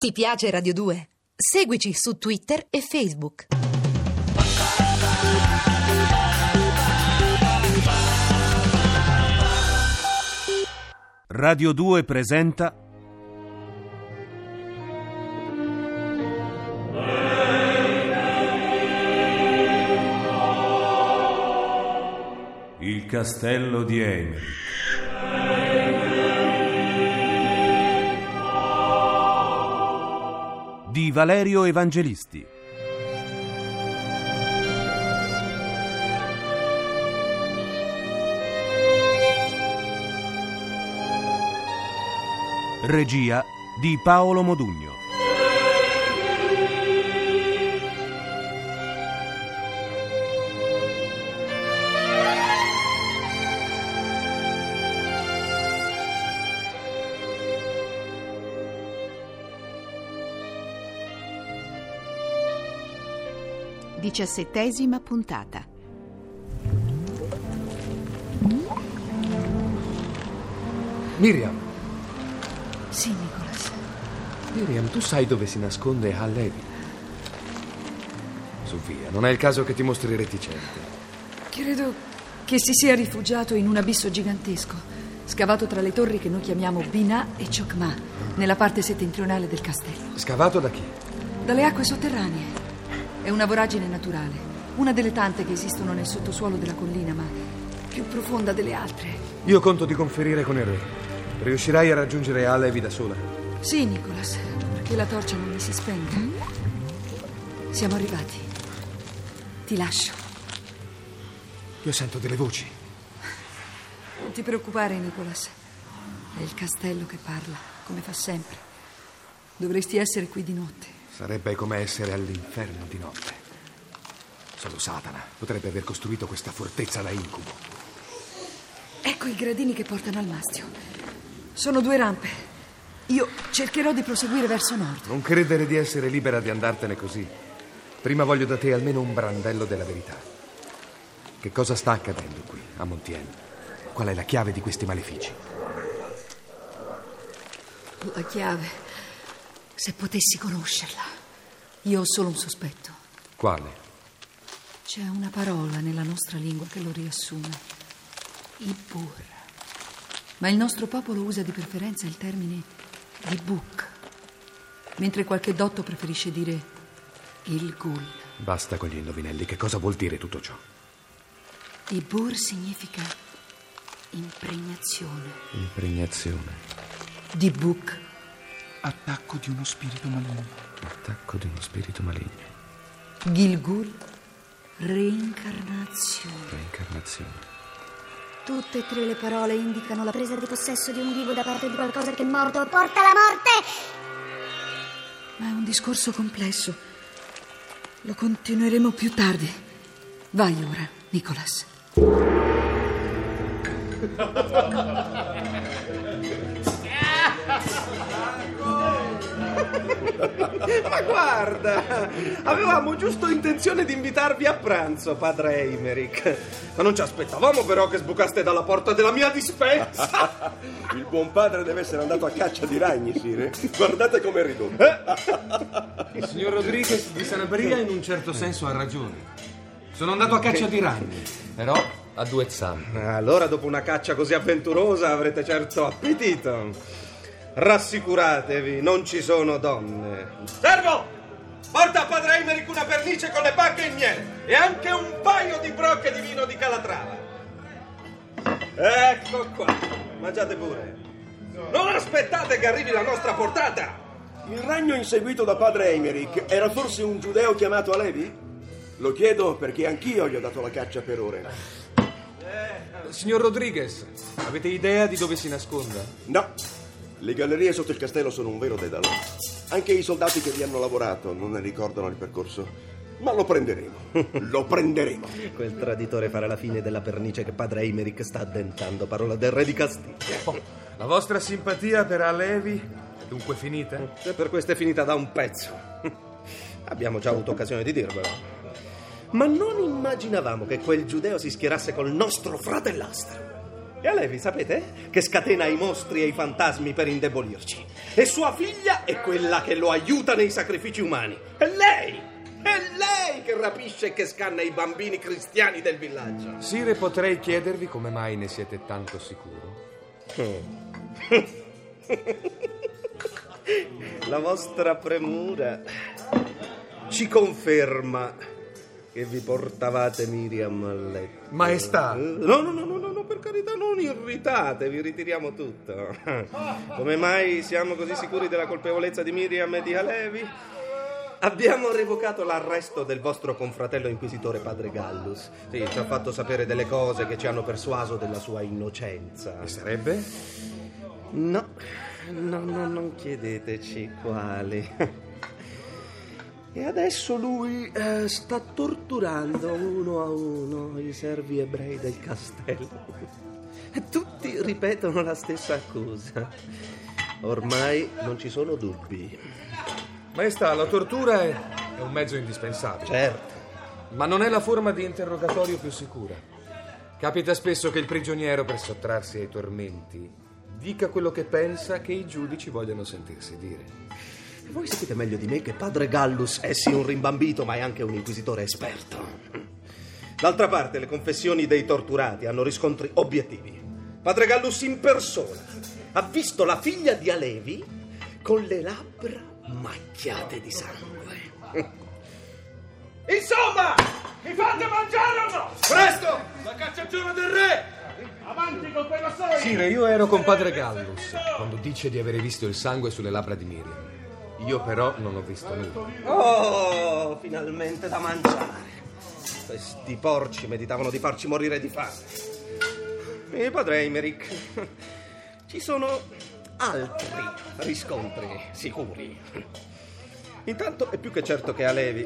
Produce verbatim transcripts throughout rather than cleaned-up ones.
Ti piace Radio due? Seguici su Twitter e Facebook. Radio due presenta Il castello di Eymerich di Valerio Evangelisti. Regia di Paolo Modugno. Diciassettesima puntata. Miriam, Sì, Nicholas. Miriam, tu sai dove si nasconde Hal Levy? Su, via, non è il caso che ti mostri reticente. Credo che si sia rifugiato in un abisso gigantesco, scavato tra le torri che noi chiamiamo Binah e Chokmah, nella parte settentrionale del castello. Scavato da chi? Dalle acque sotterranee. È una voragine naturale, una delle tante che esistono nel sottosuolo della collina, ma più profonda delle altre. Io conto di conferire con il re. Riuscirai a raggiungere Hal Levy da sola? Sì, Nicholas, perché la torcia non mi si spenga. Siamo arrivati. Ti lascio. Io sento delle voci. Non ti preoccupare, Nicholas. È il castello che parla, come fa sempre. Dovresti essere qui di notte. Sarebbe come essere all'inferno di notte. Solo Satana potrebbe aver costruito questa fortezza da incubo. Ecco i gradini che portano al mastio. Sono due rampe. Io cercherò di proseguire verso nord. Non credere di essere libera di andartene così. Prima voglio da te almeno un brandello della verità. Che cosa sta accadendo qui, a Montiel? Qual è la chiave di questi malefici? La chiave... Se potessi conoscerla. Io ho solo un sospetto. Quale? C'è una parola nella nostra lingua che lo riassume. Ibur. Ma il nostro popolo usa di preferenza il termine Dibuk, mentre qualche dotto preferisce dire il Gul. Basta con gli indovinelli. Che cosa vuol dire tutto ciò? Ibur significa impregnazione. Impregnazione. Dibuk. Attacco di uno spirito maligno. Attacco di uno spirito maligno. Gilgul. Reincarnazione. Reincarnazione. Tutte e tre le parole indicano la presa di possesso di un vivo da parte di qualcosa che è morto e porta alla morte. Ma è un discorso complesso. Lo continueremo più tardi. Vai ora, Nicholas. Ma guarda, avevamo giusto intenzione di invitarvi a pranzo, padre Eymerich. Ma non ci aspettavamo però che sbucaste dalla porta della mia dispensa. Il buon padre deve essere andato a caccia di ragni, Sire. Guardate com'è ridotto. Il signor Rodriguez di Sanabria in un certo senso ha ragione. Sono andato a caccia di ragni, però a due zampe. Allora, dopo una caccia così avventurosa, avrete certo appetito. Rassicuratevi, non ci sono donne. Servo! Porta a padre Eymerich una pernice con le bacche in miele e anche un paio di brocche di vino di Calatrava. Ecco qua, mangiate pure. Non aspettate che arrivi la nostra portata. Il ragno inseguito da padre Eymerich era forse un giudeo chiamato Alevi? Lo chiedo perché anch'io gli ho dato la caccia per ore. Signor Rodriguez, avete idea di dove si nasconda? No. Le gallerie sotto il castello sono un vero dedalo. Anche i soldati che vi hanno lavorato non ne ricordano il percorso. Ma lo prenderemo. Lo prenderemo. Quel traditore farà la fine della pernice che padre Eymerich sta addentando, parola del re di Castiglia. Oh, la vostra simpatia per Alevi è dunque finita? E per questo è finita da un pezzo. Abbiamo già avuto occasione di dirvelo. Ma non immaginavamo che quel giudeo si schierasse col nostro fratellastro. E Alevi, sapete, che scatena i mostri e i fantasmi per indebolirci. E sua figlia è quella che lo aiuta nei sacrifici umani. È lei! È lei che rapisce e che scanna i bambini cristiani del villaggio. Sire, potrei chiedervi come mai ne siete tanto sicuro? La vostra premura ci conferma che vi portavate Miriam a letto. Maestà! No, no, no, no, no, no, per carità, non irritatevi, ritiriamo tutto. Come mai siamo così sicuri della colpevolezza di Miriam e di Alevi? Abbiamo revocato l'arresto del vostro confratello inquisitore padre Gallus. Sì, ci ha fatto sapere delle cose che ci hanno persuaso della sua innocenza. E sarebbe? No, no, no, non chiedeteci quali. E adesso lui eh, sta torturando uno a uno i servi ebrei del castello. E tutti ripetono la stessa accusa. Ormai non ci sono dubbi. Maestà, la tortura è, è un mezzo indispensabile. Certo. Ma non è la forma di interrogatorio più sicura. Capita spesso che il prigioniero, per sottrarsi ai tormenti, dica quello che pensa che i giudici vogliono sentirsi dire. E voi sapete meglio di me che padre Gallus è sì un rimbambito, ma è anche un inquisitore esperto. D'altra parte, le confessioni dei torturati hanno riscontri obiettivi. Padre Gallus in persona ha visto la figlia di Alevi con le labbra macchiate di sangue. Insomma, mi fate mangiare o no? Presto! La cacciagione del re! Avanti con quella storia! Sire, io ero con padre Gallus quando dice di avere visto il sangue sulle labbra di Miriam. Io però non ho visto nulla. Oh, finalmente da mangiare. Questi porci meditavano di farci morire di fame. E padre Eimerick, ci sono altri riscontri sicuri. Intanto è più che certo che Alevi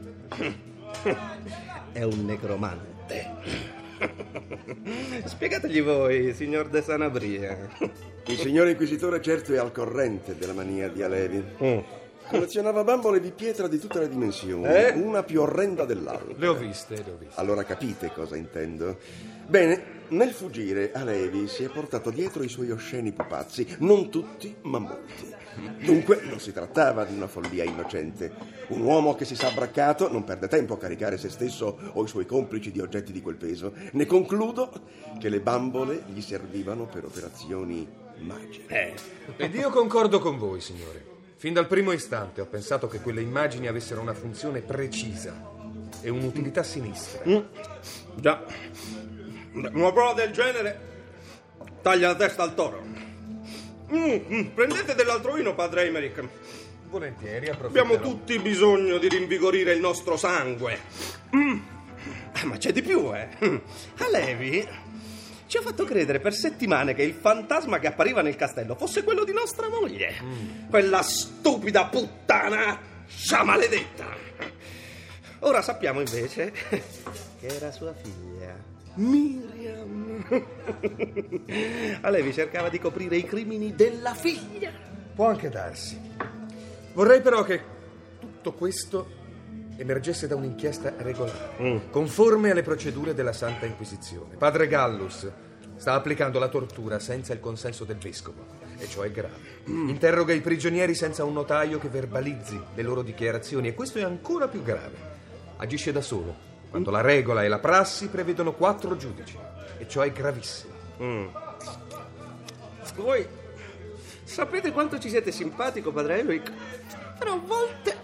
è un necromante. Spiegategli voi, signor de Sanabria. Il signore inquisitore certo è al corrente della mania di Alevi. Mm. Collezionava bambole di pietra di tutte le dimensioni, eh? Una più orrenda dell'altra. Le ho viste, le ho viste. Allora capite cosa intendo. Bene, nel fuggire Alevi si è portato dietro i suoi osceni pupazzi, non tutti, ma molti. Dunque non si trattava di una follia innocente. Un uomo che si sa abbraccato non perde tempo a caricare se stesso o i suoi complici di oggetti di quel peso. Ne concludo che le bambole gli servivano per operazioni magiche. Eh. Ed io concordo con voi, signore. Fin dal primo istante ho pensato che quelle immagini avessero una funzione precisa e un'utilità sinistra. Mm. Già. Una prova del genere taglia la testa al toro. Mm, mm. Prendete dell'altro vino, padre Eimerick. Volentieri, approfitterò. Abbiamo tutti bisogno di rinvigorire il nostro sangue. Mm. Ma c'è di più, eh. Alevi ci ha fatto credere per settimane che il fantasma che appariva nel castello fosse quello di nostra moglie. Mm. Quella stupida puttana sciamaledetta. Ora sappiamo invece che era sua figlia, Miriam. Alevi cercava di coprire i crimini della figlia. Può anche darsi. Vorrei però che tutto questo emergesse da un'inchiesta regolare, mm. conforme alle procedure della Santa Inquisizione. Padre Gallus sta applicando la tortura senza il consenso del vescovo, e ciò è grave. Mm. Interroga i prigionieri senza un notaio che verbalizzi le loro dichiarazioni, e questo è ancora più grave. Agisce da solo, quando mm. la regola e la prassi prevedono quattro giudici, e ciò è gravissimo. Mm. Voi sapete quanto ci siete simpatico, padre Eimerick, però a volte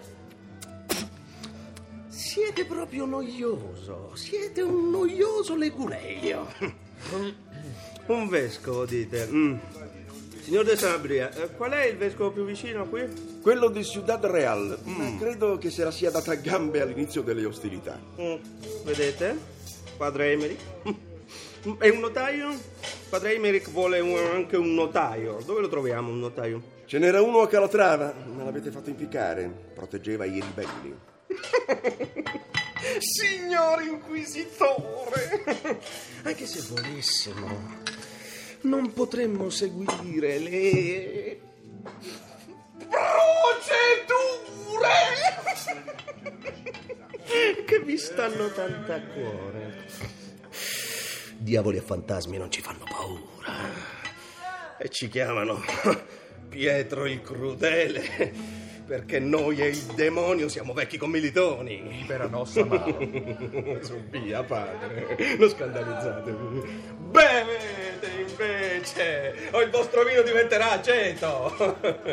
siete proprio noioso. Siete un noioso leguleio. Un vescovo, dite. Mm. Signor de Sanabria, eh, qual è il vescovo più vicino qui? Quello di Ciudad Real. Mm. Credo che se la sia data a gambe all'inizio delle ostilità. Mm. Vedete, padre Eimerick? E un notaio? Padre Eimerick vuole un, anche un notaio. Dove lo troviamo un notaio? Ce n'era uno a Calatrava, ma l'avete fatto impiccare. Proteggeva i ribelli. Signor inquisitore, anche se volessimo non potremmo seguire le procedure che vi stanno tanto a cuore. Diavoli e fantasmi non ci fanno paura. paura. E ci chiamano Pietro il Crudele, perché noi e il demonio siamo vecchi commilitoni. Per nostra mano. Su via, padre, non scandalizzatevi. Bevete invece, o il vostro vino diventerà aceto.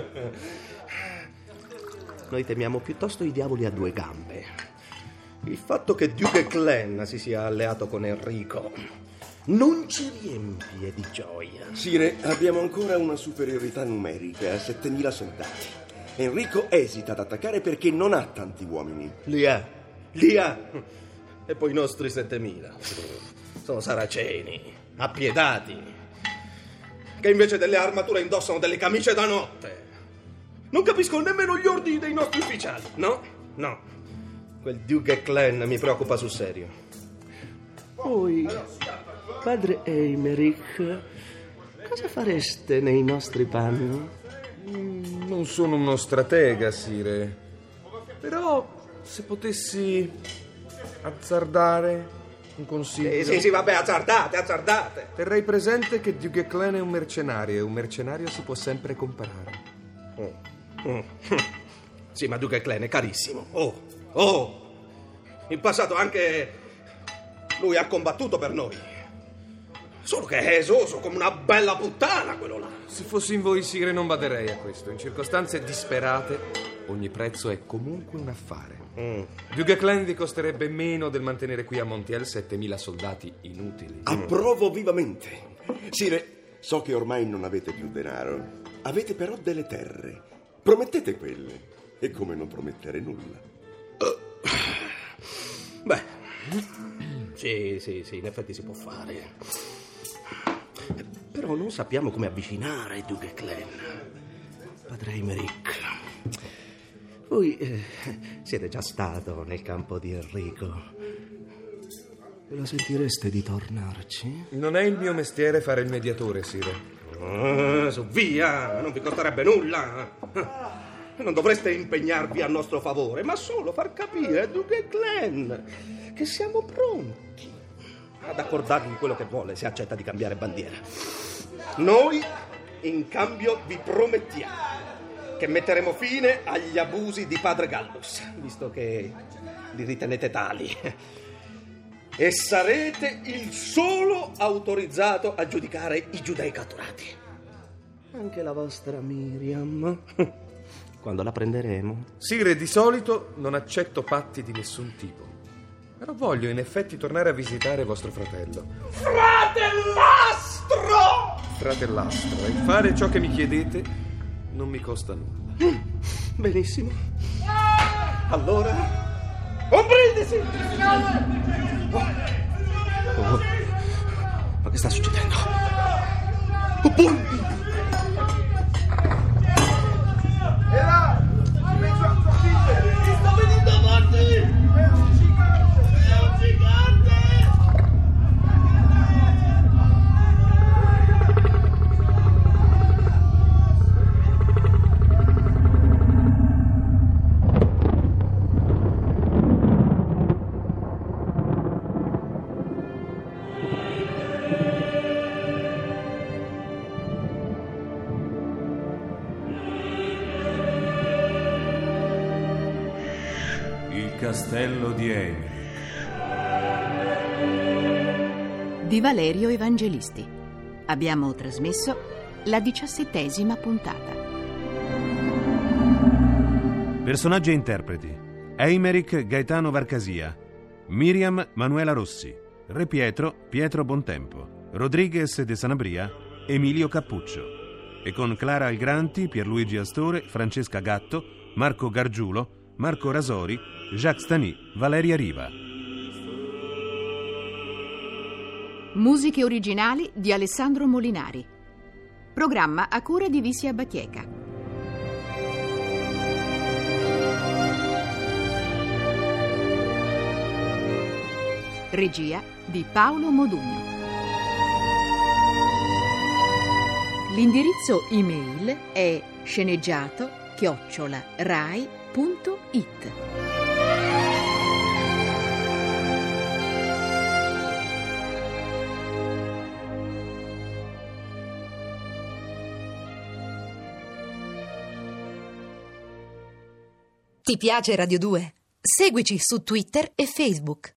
Noi temiamo piuttosto i diavoli a due gambe. Il fatto che Duke Glenn si sia alleato con Enrico non ci riempie di gioia. Sire, abbiamo ancora una superiorità numerica a settemila soldati. Enrico esita ad attaccare perché non ha tanti uomini. Li ha, li ha. E poi i nostri settemila sono saraceni, appiedati, che invece delle armature indossano delle camicie da notte. Non capisco nemmeno gli ordini dei nostri ufficiali. No, no. Quel Duke Glenn mi preoccupa sul serio. Voi, padre Eimerick, cosa fareste nei nostri panni? Mm, non sono uno stratega, sire. Però, se potessi azzardare un consiglio... Sì, sì, sì, vabbè, azzardate, azzardate. Terrei presente che Duke Glenn è un mercenario e un mercenario si può sempre comprare. Oh. Mm. Sì, ma Duke Glenn è carissimo. Oh, oh. In passato anche lui ha combattuto per noi. Solo che è esoso come una bella puttana quello là. Se fossi in voi, sire, non baderei a questo. In circostanze disperate ogni prezzo è comunque un affare. mm. Duke Glenn vi costerebbe meno del mantenere qui a Montiel settemila soldati inutili. Approvo vivamente. Sire, so che ormai non avete più denaro. Avete però delle terre. Promettete quelle. E come non promettere nulla? Uh, beh, sì, sì, sì, in effetti si può fare. Però non sappiamo come avvicinare Duke Glenn. Padre Eimerick, voi eh, siete già stato nel campo di Enrico. Ve lo sentireste di tornarci? Non è il mio mestiere fare il mediatore, sire. Uh, su via, non vi costerebbe nulla. Non dovreste impegnarvi a nostro favore, ma solo far capire a Duke Glenn che siamo pronti ad accordargli quello che vuole se accetta di cambiare bandiera. Noi, in cambio, vi promettiamo che metteremo fine agli abusi di padre Gallus, visto che li ritenete tali, e sarete il solo autorizzato a giudicare i giudei catturati. Anche la vostra Miriam, quando la prenderemo. Sire, di solito non accetto patti di nessun tipo, però voglio in effetti tornare a visitare vostro fratello. Fratellastro! Fratellastro, e fare ciò che mi chiedete non mi costa nulla. Benissimo. Allora, un brindisi! Oh, ma che sta succedendo? Oh, buon... E là! In mezzo a cortile! Ti sta venendo avanti! È un gigante! È un gigante! Castello di Eimerick di Valerio Evangelisti. Abbiamo trasmesso la diciassettesima puntata. Personaggi e interpreti: Eimerick Gaetano Varcasia, Miriam Manuela Rossi, Re Pietro Pietro Bontempo, Rodriguez de Sanabria Emilio Cappuccio, e con Clara Algranti, Pierluigi Astore, Francesca Gatto, Marco Gargiulo, Marco Rasori, Jacques Stani, Valeria Riva. Musiche originali di Alessandro Molinari. Programma a cura di Vissia Bacheca. Regia di Paolo Modugno. L'indirizzo email è sceneggiato chiocciola rai punto it. Ti piace Radio due? Seguici su Twitter e Facebook.